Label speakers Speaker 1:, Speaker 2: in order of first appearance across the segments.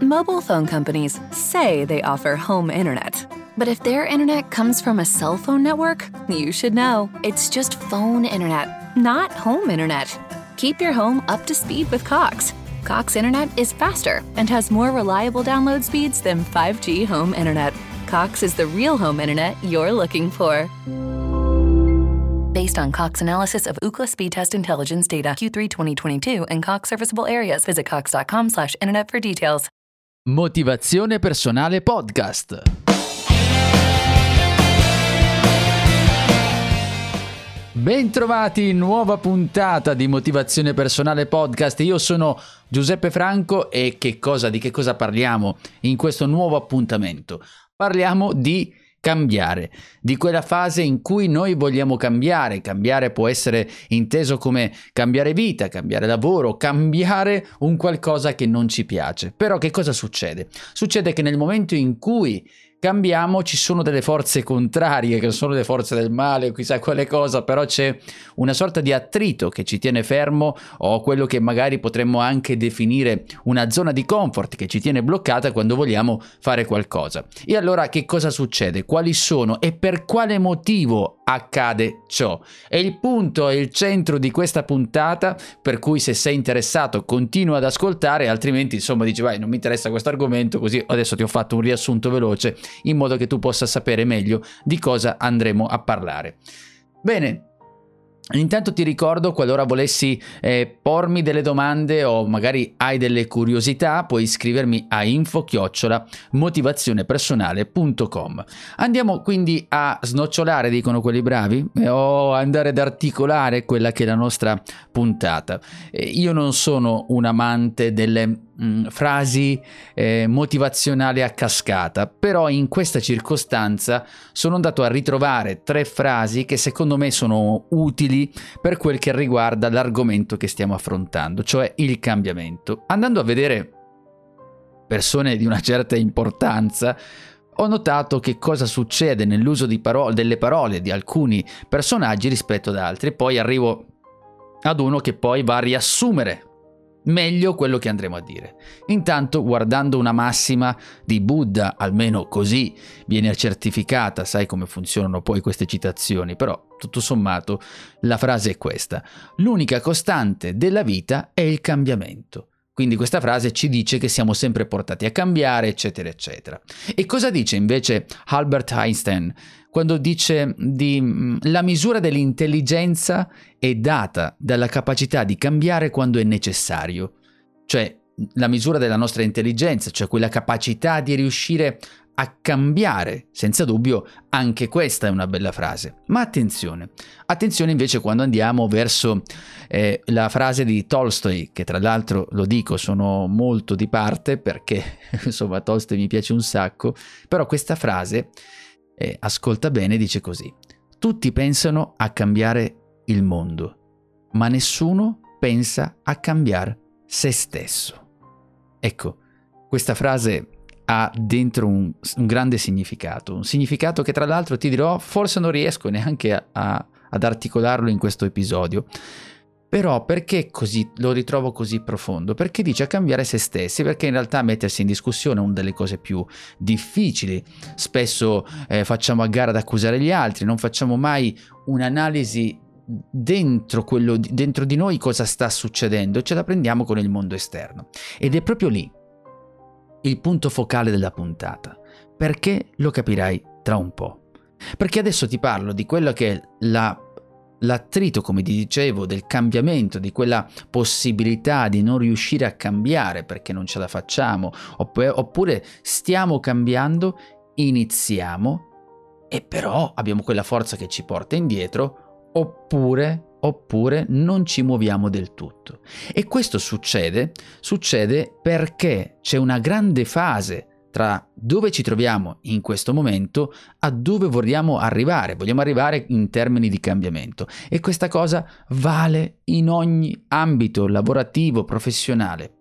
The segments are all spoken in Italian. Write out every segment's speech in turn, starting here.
Speaker 1: Mobile phone companies say they offer home internet. But if their internet comes from a cell phone network, you should know. It's just phone internet, not home internet. Keep your home up to speed with Cox. Cox Internet is faster and has more reliable download speeds than 5G home internet. Cox is the real home internet you're looking for. Based on Cox analysis of Ookla speed test intelligence data Q3 2022 and Cox serviceable areas, visit cox.com/internet for details.
Speaker 2: Motivazione personale podcast. Bentrovati, nuova puntata di Motivazione Personale Podcast. Io sono Giuseppe Franco e di che cosa parliamo in questo nuovo appuntamento? Parliamo di cambiare, di quella fase in cui noi vogliamo cambiare. Cambiare può essere inteso come cambiare vita, cambiare lavoro, cambiare un qualcosa che non ci piace. Però che cosa succede? Succede che nel momento in cui cambiamo ci sono delle forze contrarie, che sono le forze del male, chissà quale cosa, però c'è una sorta di attrito che ci tiene fermo, o quello che magari potremmo anche definire una zona di comfort che ci tiene bloccata quando vogliamo fare qualcosa. E allora che cosa succede? Quali sono e per quale motivo accade ciò? È il punto, è il centro di questa puntata, per cui se sei interessato continua ad ascoltare, altrimenti insomma dici vai, non mi interessa questo argomento, così adesso ti ho fatto un riassunto veloce in modo che tu possa sapere meglio di cosa andremo a parlare. Bene, intanto ti ricordo, qualora volessi pormi delle domande o magari hai delle curiosità, puoi iscrivermi a info@motivazionepersonale.com. Andiamo quindi a snocciolare, dicono quelli bravi, o andare ad articolare quella che è la nostra puntata. Io non sono un amante delle frasi motivazionali a cascata, però in questa circostanza sono andato a ritrovare 3 frasi che secondo me sono utili per quel che riguarda l'argomento che stiamo affrontando, cioè il cambiamento. Andando a vedere persone di una certa importanza, ho notato che cosa succede nell'uso delle parole di alcuni personaggi rispetto ad altri. Poi arrivo ad uno che poi va a riassumere meglio quello che andremo a dire. Intanto, guardando una massima di Buddha, almeno così viene certificata, sai come funzionano poi queste citazioni, però tutto sommato la frase è questa: l'unica costante della vita è il cambiamento. Quindi questa frase ci dice che siamo sempre portati a cambiare, eccetera, eccetera. E cosa dice invece Albert Einstein quando dice la misura dell'intelligenza è data dalla capacità di cambiare quando è necessario? Cioè, la misura della nostra intelligenza, cioè quella capacità di riuscire a cambiare, senza dubbio, anche questa è una bella frase. Ma attenzione invece quando andiamo verso la frase di Tolstoi, che tra l'altro, lo dico, sono molto di parte perché insomma Tolstoi mi piace un sacco, però questa frase, ascolta bene, dice così: tutti pensano a cambiare il mondo, ma nessuno pensa a cambiare se stesso. Ecco, questa frase ha dentro un grande significato, un significato che tra l'altro ti dirò, forse non riesco neanche ad articolarlo in questo episodio. Però perché così lo ritrovo così profondo? Perché dice a cambiare se stessi, perché in realtà mettersi in discussione è una delle cose più difficili. Spesso facciamo a gara ad accusare gli altri, non facciamo mai un'analisi dentro di noi cosa sta succedendo, e ce la prendiamo con il mondo esterno. Ed è proprio lì il punto focale della puntata. Perché lo capirai tra un po'. Perché adesso ti parlo di quello che è l'attrito, come ti dicevo, del cambiamento, di quella possibilità di non riuscire a cambiare perché non ce la facciamo, oppure stiamo cambiando, iniziamo e però abbiamo quella forza che ci porta indietro, oppure non ci muoviamo del tutto. E questo succede perché c'è una grande fase tra dove ci troviamo in questo momento a dove vogliamo arrivare in termini di cambiamento, e questa cosa vale in ogni ambito lavorativo, professionale.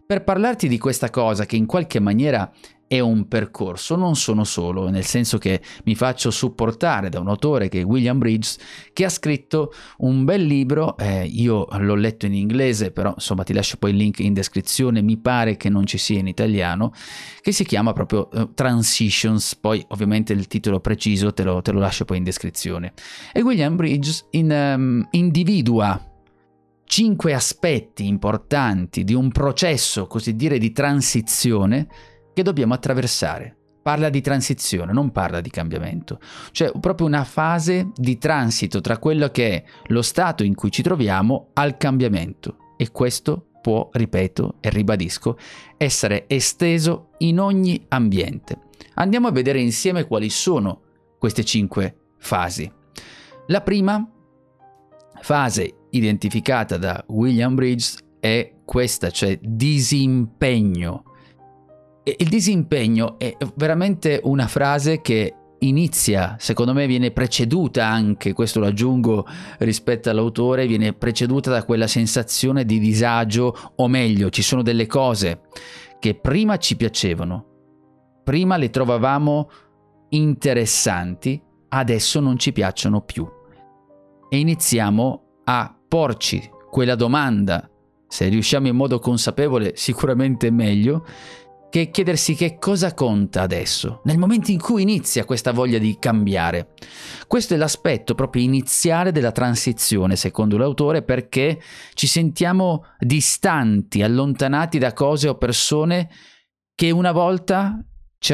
Speaker 2: per parlarti di questa cosa che in qualche maniera è un percorso. Non sono solo, nel senso che mi faccio supportare da un autore che è William Bridges, che ha scritto un bel libro, io l'ho letto in inglese, però insomma ti lascio poi il link in descrizione, mi pare che non ci sia in italiano, che si chiama proprio Transitions, poi ovviamente il titolo preciso te lo lascio poi in descrizione. E William Bridges individua 5 aspetti importanti di un processo, così dire, di transizione che dobbiamo attraversare. Parla di transizione, non parla di cambiamento. Cioè proprio una fase di transito tra quello che è lo stato in cui ci troviamo al cambiamento. E questo può, ripeto e ribadisco, essere esteso in ogni ambiente. Andiamo a vedere insieme quali sono queste 5 fasi. La prima fase identificata da William Bridges è questa, cioè disimpegno. E il disimpegno è veramente una frase che inizia, secondo me viene preceduta anche, questo lo aggiungo rispetto all'autore, viene preceduta da quella sensazione di disagio, o meglio, ci sono delle cose che prima ci piacevano, prima le trovavamo interessanti, adesso non ci piacciono più. E iniziamo a porci quella domanda, se riusciamo in modo consapevole sicuramente meglio, che chiedersi che cosa conta adesso, nel momento in cui inizia questa voglia di cambiare. Questo è l'aspetto proprio iniziale della transizione, secondo l'autore, perché ci sentiamo distanti, allontanati da cose o persone che una volta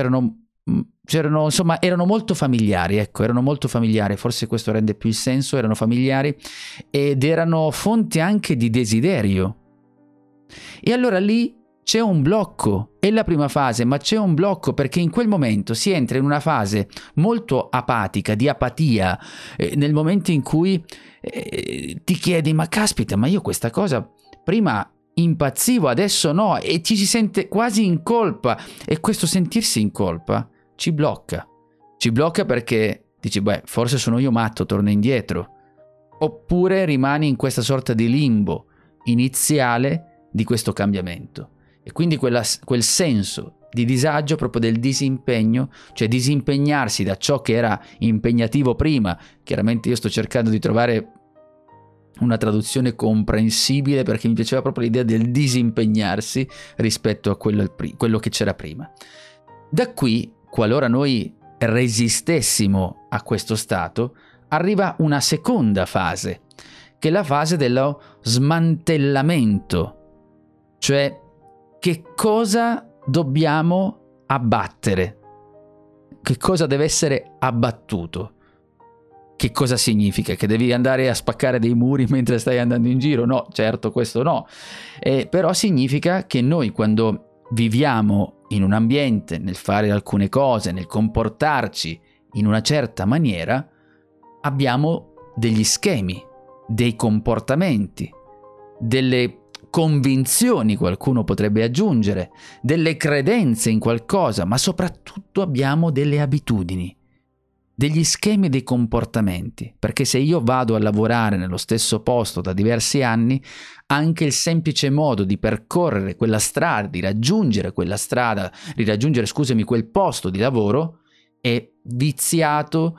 Speaker 2: erano molto familiari, erano molto familiari, forse questo rende più il senso, erano familiari ed erano fonte anche di desiderio. E allora lì c'è un blocco, è la prima fase, ma c'è un blocco perché in quel momento si entra in una fase molto apatica, di apatia, nel momento in cui ti chiedi, ma caspita, ma io questa cosa prima impazzivo, adesso no, e ci si sente quasi in colpa, e questo sentirsi in colpa ci blocca perché dici, beh, forse sono io matto, torno indietro, oppure rimani in questa sorta di limbo iniziale di questo cambiamento. E quindi quel senso di disagio proprio del disimpegno, cioè disimpegnarsi da ciò che era impegnativo prima. Chiaramente io sto cercando di trovare una traduzione comprensibile perché mi piaceva proprio l'idea del disimpegnarsi rispetto a quello che c'era prima. Da qui, qualora noi resistessimo a questo stato, arriva una seconda fase, che è la fase dello smantellamento, cioè che cosa dobbiamo abbattere, che cosa deve essere abbattuto. Che cosa significa? Che devi andare a spaccare dei muri mentre stai andando in giro? No, certo, questo no. Però significa che noi, quando viviamo in un ambiente, nel fare alcune cose, nel comportarci in una certa maniera, abbiamo degli schemi, dei comportamenti, delle convinzioni, qualcuno potrebbe aggiungere, delle credenze in qualcosa, ma soprattutto abbiamo delle abitudini, degli schemi e dei comportamenti, perché se io vado a lavorare nello stesso posto da diversi anni, anche il semplice modo di percorrere quella strada, di raggiungere quella strada, di raggiungere, quel posto di lavoro, è viziato,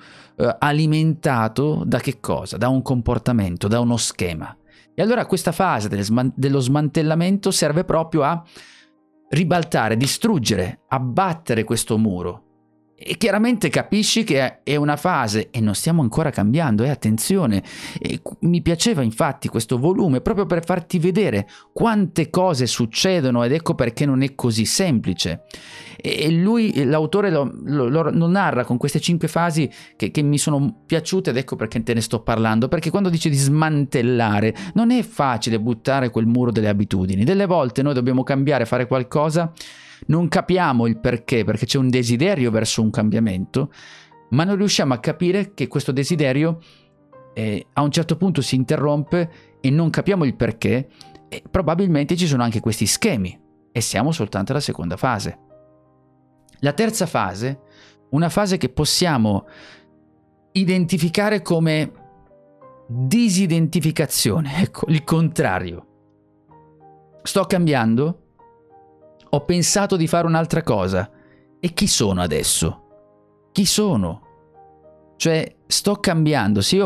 Speaker 2: alimentato da che cosa? Da un comportamento, da uno schema. E allora questa fase dello smantellamento serve proprio a ribaltare, distruggere, abbattere questo muro. E chiaramente capisci che è una fase e non stiamo ancora cambiando, attenzione. E mi piaceva infatti questo volume proprio per farti vedere quante cose succedono, ed ecco perché non è così semplice. E l'autore lo narra con queste 5 fasi che mi sono piaciute, ed ecco perché te ne sto parlando, perché quando dice di smantellare non è facile buttare quel muro delle abitudini. Delle volte noi dobbiamo cambiare, fare qualcosa, non capiamo il perché c'è un desiderio verso un cambiamento, ma non riusciamo a capire che questo desiderio a un certo punto si interrompe e non capiamo il perché, e probabilmente ci sono anche questi schemi e siamo soltanto alla seconda fase. La terza fase, una fase che possiamo identificare come disidentificazione, ecco, il contrario. Sto cambiando, ho pensato di fare un'altra cosa. E chi sono adesso? Chi sono? Cioè, sto cambiando. Se io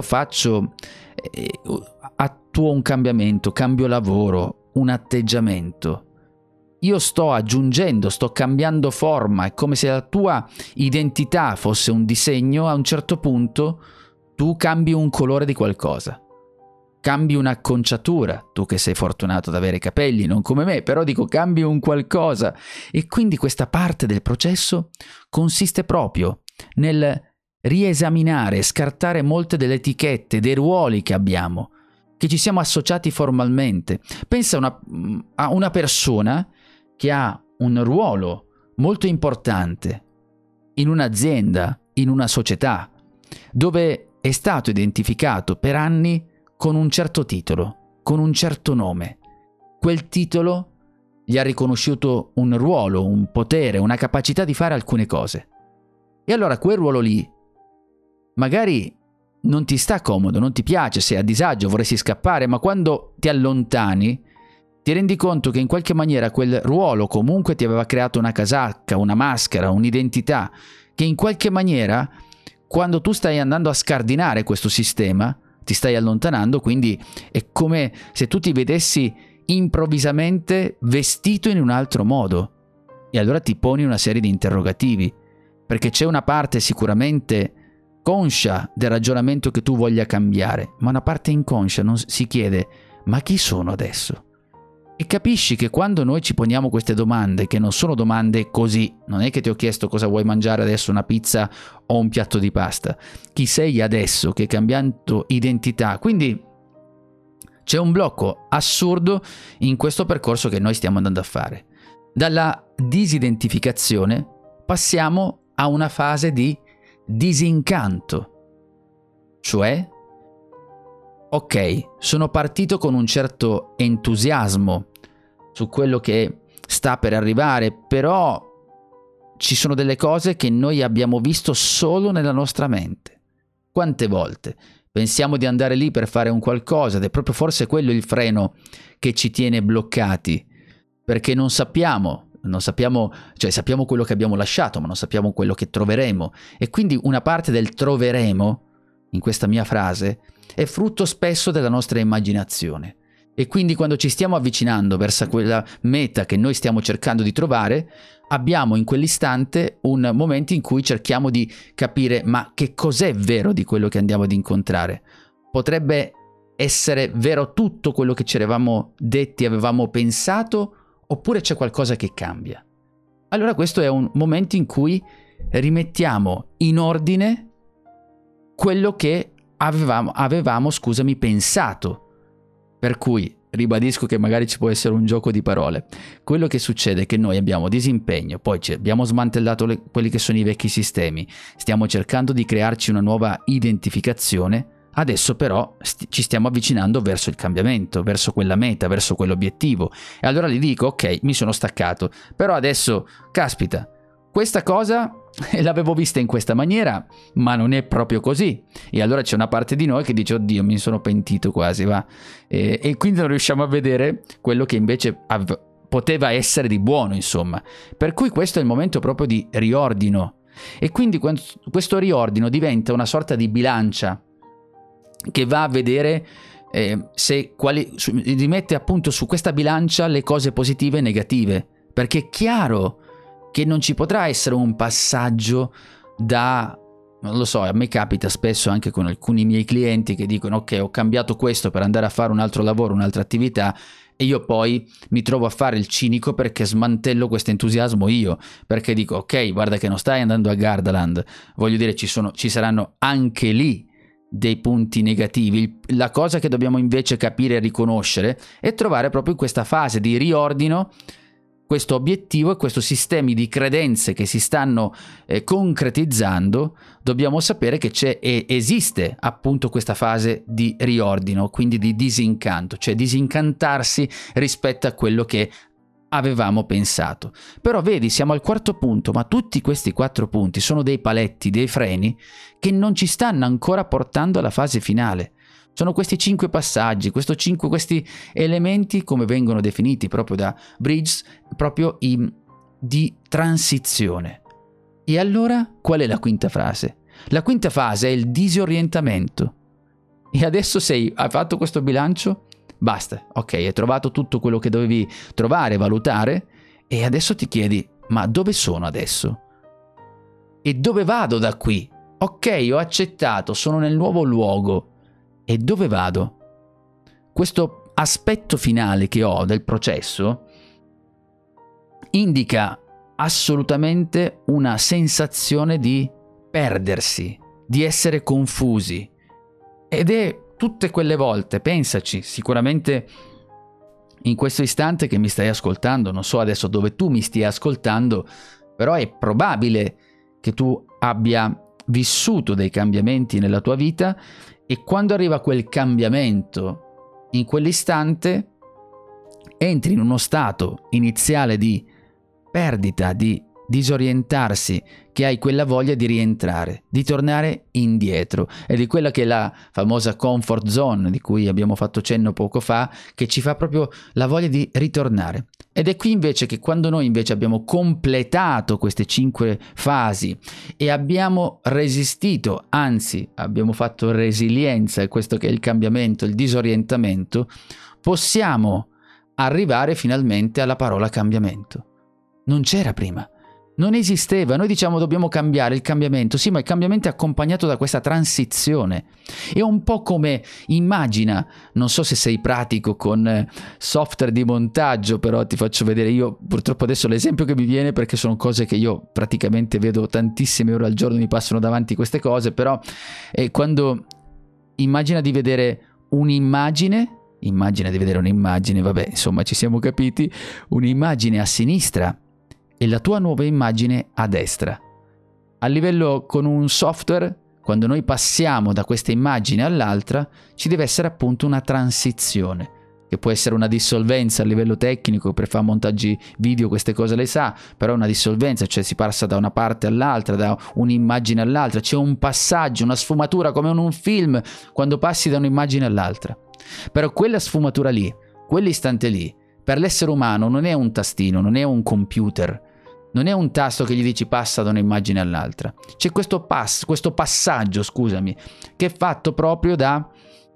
Speaker 2: attuo un cambiamento, cambio lavoro, un atteggiamento, io sto aggiungendo, sto cambiando forma. È come se la tua identità fosse un disegno. A un certo punto tu cambi un colore di qualcosa, cambi un'acconciatura, tu che sei fortunato ad avere capelli, non come me, però dico cambi un qualcosa. E quindi questa parte del processo consiste proprio nel riesaminare, scartare molte delle etichette, dei ruoli che abbiamo, che ci siamo associati formalmente. Pensa a una persona che ha un ruolo molto importante in un'azienda, in una società, dove è stato identificato per anni con un certo titolo, con un certo nome. Quel titolo gli ha riconosciuto un ruolo, un potere, una capacità di fare alcune cose. E allora quel ruolo lì magari non ti sta comodo, non ti piace, sei a disagio, vorresti scappare, ma quando ti allontani ti rendi conto che in qualche maniera quel ruolo comunque ti aveva creato una casacca, una maschera, un'identità, che in qualche maniera, quando tu stai andando a scardinare questo sistema, ti stai allontanando. Quindi è come se tu ti vedessi improvvisamente vestito in un altro modo. E allora ti poni una serie di interrogativi, perché c'è una parte sicuramente conscia del ragionamento che tu voglia cambiare, ma una parte inconscia si chiede: ma chi sono adesso? E capisci che quando noi ci poniamo queste domande, che non sono domande così, non è che ti ho chiesto cosa vuoi mangiare adesso, una pizza o un piatto di pasta, chi sei adesso che hai cambiato identità. Quindi c'è un blocco assurdo in questo percorso che noi stiamo andando a fare. Dalla disidentificazione passiamo a una fase di disincanto, cioè ok, sono partito con un certo entusiasmo su quello che sta per arrivare, però ci sono delle cose che noi abbiamo visto solo nella nostra mente. Quante volte pensiamo di andare lì per fare un qualcosa ed è proprio forse quello il freno che ci tiene bloccati, perché non sappiamo, cioè sappiamo quello che abbiamo lasciato, ma non sappiamo quello che troveremo. E quindi una parte del troveremo, in questa mia frase, è frutto spesso della nostra immaginazione. E quindi quando ci stiamo avvicinando verso quella meta che noi stiamo cercando di trovare, abbiamo in quell'istante un momento in cui cerchiamo di capire: ma che cos'è vero di quello che andiamo ad incontrare? Potrebbe essere vero tutto quello che ci eravamo detti, avevamo pensato, oppure c'è qualcosa che cambia? Allora questo è un momento in cui rimettiamo in ordine quello che avevamo pensato. Per cui ribadisco che magari ci può essere un gioco di parole. Quello che succede è che noi abbiamo disimpegno, poi abbiamo smantellato quelli che sono i vecchi sistemi, stiamo cercando di crearci una nuova identificazione. Adesso però ci stiamo avvicinando verso il cambiamento, verso quella meta, verso quell'obiettivo. E allora gli dico: ok, mi sono staccato, però adesso, caspita, questa cosa l'avevo vista in questa maniera, ma non è proprio così. E allora c'è una parte di noi che dice: oddio, mi sono pentito quasi, va. E quindi non riusciamo a vedere quello che invece poteva essere di buono, insomma. Per cui questo è il momento proprio di riordino. E quindi questo riordino diventa una sorta di bilancia che va a vedere rimette appunto su questa bilancia le cose positive e negative, perché è chiaro che non ci potrà essere un passaggio non lo so, a me capita spesso anche con alcuni miei clienti che dicono: ok, ho cambiato questo per andare a fare un altro lavoro, un'altra attività, e io poi mi trovo a fare il cinico perché smantello questo entusiasmo io, perché dico: ok, guarda che non stai andando a Gardaland, voglio dire, ci saranno anche lì dei punti negativi. La cosa che dobbiamo invece capire e riconoscere è trovare proprio in questa fase di riordino questo obiettivo e questo sistemi di credenze che si stanno concretizzando. Dobbiamo sapere che esiste appunto questa fase di riordino, quindi di disincanto, cioè disincantarsi rispetto a quello che avevamo pensato. Però vedi, siamo al quarto punto, ma tutti questi 4 punti sono dei paletti, dei freni che non ci stanno ancora portando alla fase finale. Sono questi 5 passaggi, questi elementi, come vengono definiti proprio da Bridges, proprio di transizione. E allora, qual è la quinta fase? La quinta fase è il disorientamento. E adesso hai fatto questo bilancio? Basta, ok, hai trovato tutto quello che dovevi trovare, valutare, e adesso ti chiedi, ma dove sono adesso? E dove vado da qui? Ok, ho accettato, sono nel nuovo luogo. E dove vado? Questo aspetto finale che ho del processo indica assolutamente una sensazione di perdersi, di essere confusi. Ed è tutte quelle volte, pensaci, sicuramente in questo istante che mi stai ascoltando, non so adesso dove tu mi stia ascoltando, però è probabile che tu abbia vissuto dei cambiamenti nella tua vita, e quando arriva quel cambiamento, in quell'istante entri in uno stato iniziale di perdita, di disorientarsi, che hai quella voglia di rientrare, di tornare indietro, e di quella che è la famosa comfort zone di cui abbiamo fatto cenno poco fa, che ci fa proprio la voglia di ritornare. Ed è qui invece che quando noi invece abbiamo completato queste 5 fasi e abbiamo resistito, anzi abbiamo fatto resilienza, e questo che è il cambiamento, il disorientamento, possiamo arrivare finalmente alla parola cambiamento. Non c'era prima, non esisteva. Noi diciamo dobbiamo cambiare, il cambiamento, sì, ma il cambiamento è accompagnato da questa transizione. È un po' come, immagina, non so se sei pratico con software di montaggio, però ti faccio vedere io purtroppo adesso l'esempio che mi viene, perché sono cose che io praticamente vedo tantissime ore al giorno, mi passano davanti queste cose, però quando immagina di vedere un'immagine, vabbè, insomma ci siamo capiti, un'immagine a sinistra e la tua nuova immagine a destra. A livello con un software, quando noi passiamo da questa immagine all'altra, ci deve essere appunto una transizione, che può essere una dissolvenza a livello tecnico, per fare montaggi video queste cose le sa, però è una dissolvenza, cioè si passa da una parte all'altra, da un'immagine all'altra, c'è un passaggio, una sfumatura come in un film quando passi da un'immagine all'altra. Però quella sfumatura lì, quell'istante lì, per l'essere umano non è un tastino, non è un computer, non è un tasto che gli dici passa da un'immagine all'altra. C'è questo passaggio, che è fatto proprio da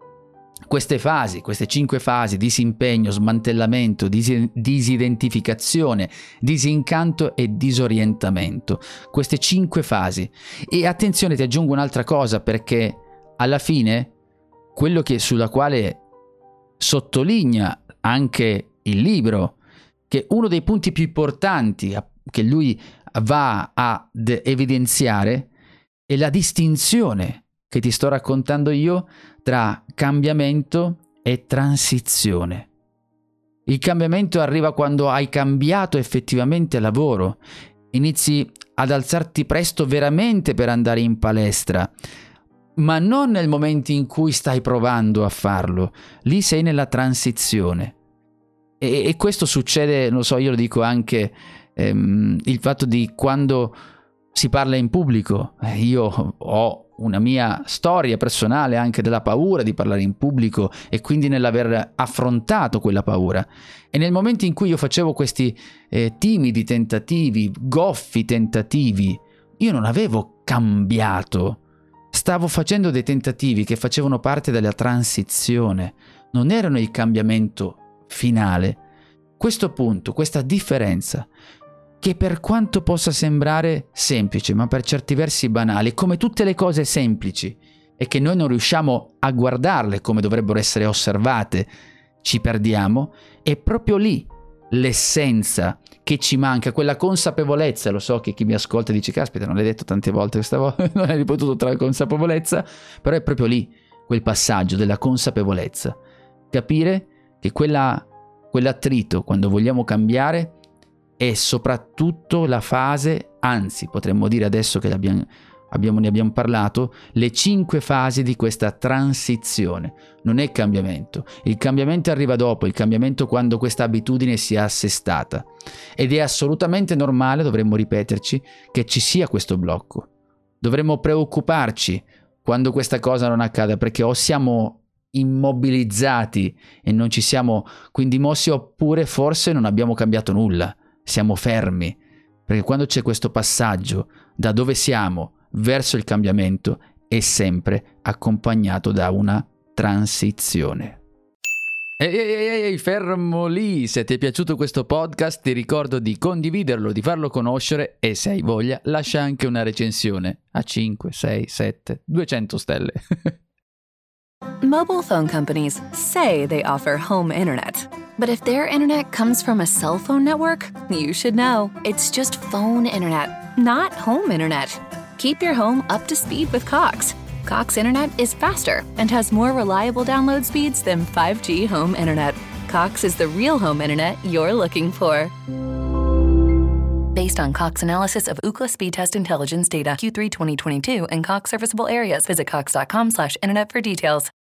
Speaker 2: queste fasi, queste 5 fasi: disimpegno, smantellamento, disidentificazione, disincanto e disorientamento. Queste 5 fasi. E attenzione, ti aggiungo un'altra cosa, perché alla fine quello sulla quale sottolinea anche il libro, che uno dei punti più importanti che lui va ad evidenziare è la distinzione che ti sto raccontando io tra cambiamento e transizione. Il cambiamento arriva quando hai cambiato effettivamente lavoro, inizi ad alzarti presto veramente per andare in palestra, ma non nel momento in cui stai provando a farlo. Lì sei nella transizione. E questo succede, non so, io lo dico anche, il fatto di quando si parla in pubblico. Io ho una mia storia personale anche della paura di parlare in pubblico, e quindi nell'aver affrontato quella paura. E nel momento in cui io facevo questi timidi tentativi, goffi tentativi, io non avevo cambiato. Stavo facendo dei tentativi che facevano parte della transizione, non erano il cambiamento finale. Questo punto, questa differenza, che per quanto possa sembrare semplice, ma per certi versi banale, come tutte le cose semplici e che noi non riusciamo a guardarle come dovrebbero essere osservate, ci perdiamo, è proprio lì l'essenza che ci manca, quella consapevolezza. Lo so che chi mi ascolta dice: caspita, non l'hai detto tante volte questa volta, non hai ripetuto tra la consapevolezza, però è proprio lì quel passaggio della consapevolezza. Capire che quell'attrito, quando vogliamo cambiare, è soprattutto la fase, anzi potremmo dire, adesso che ne abbiamo parlato, le 5 fasi di questa transizione. Non è cambiamento. Il cambiamento arriva dopo, il cambiamento quando questa abitudine si è assestata. Ed è assolutamente normale, dovremmo ripeterci, che ci sia questo blocco. Dovremmo preoccuparci quando questa cosa non accada, perché o siamo immobilizzati e non ci siamo quindi mossi, oppure forse non abbiamo cambiato nulla, siamo fermi, perché quando c'è questo passaggio da dove siamo verso il cambiamento è sempre accompagnato da una transizione. Ehi, fermo lì! Se ti è piaciuto questo podcast ti ricordo di condividerlo, di farlo conoscere e se hai voglia lascia anche una recensione a 5, 6, 7, 200 stelle.
Speaker 1: Mobile phone companies say they offer home internet. But if their internet comes from a cell phone network, you should know. It's just phone internet, not home internet. Keep your home up to speed with Cox. Cox Internet is faster and has more reliable download speeds than 5G home internet. Cox is the real home internet you're looking for. Based on Cox analysis of Ookla speed test intelligence data Q3 2022 and Cox serviceable areas, visit cox.com/internet for details.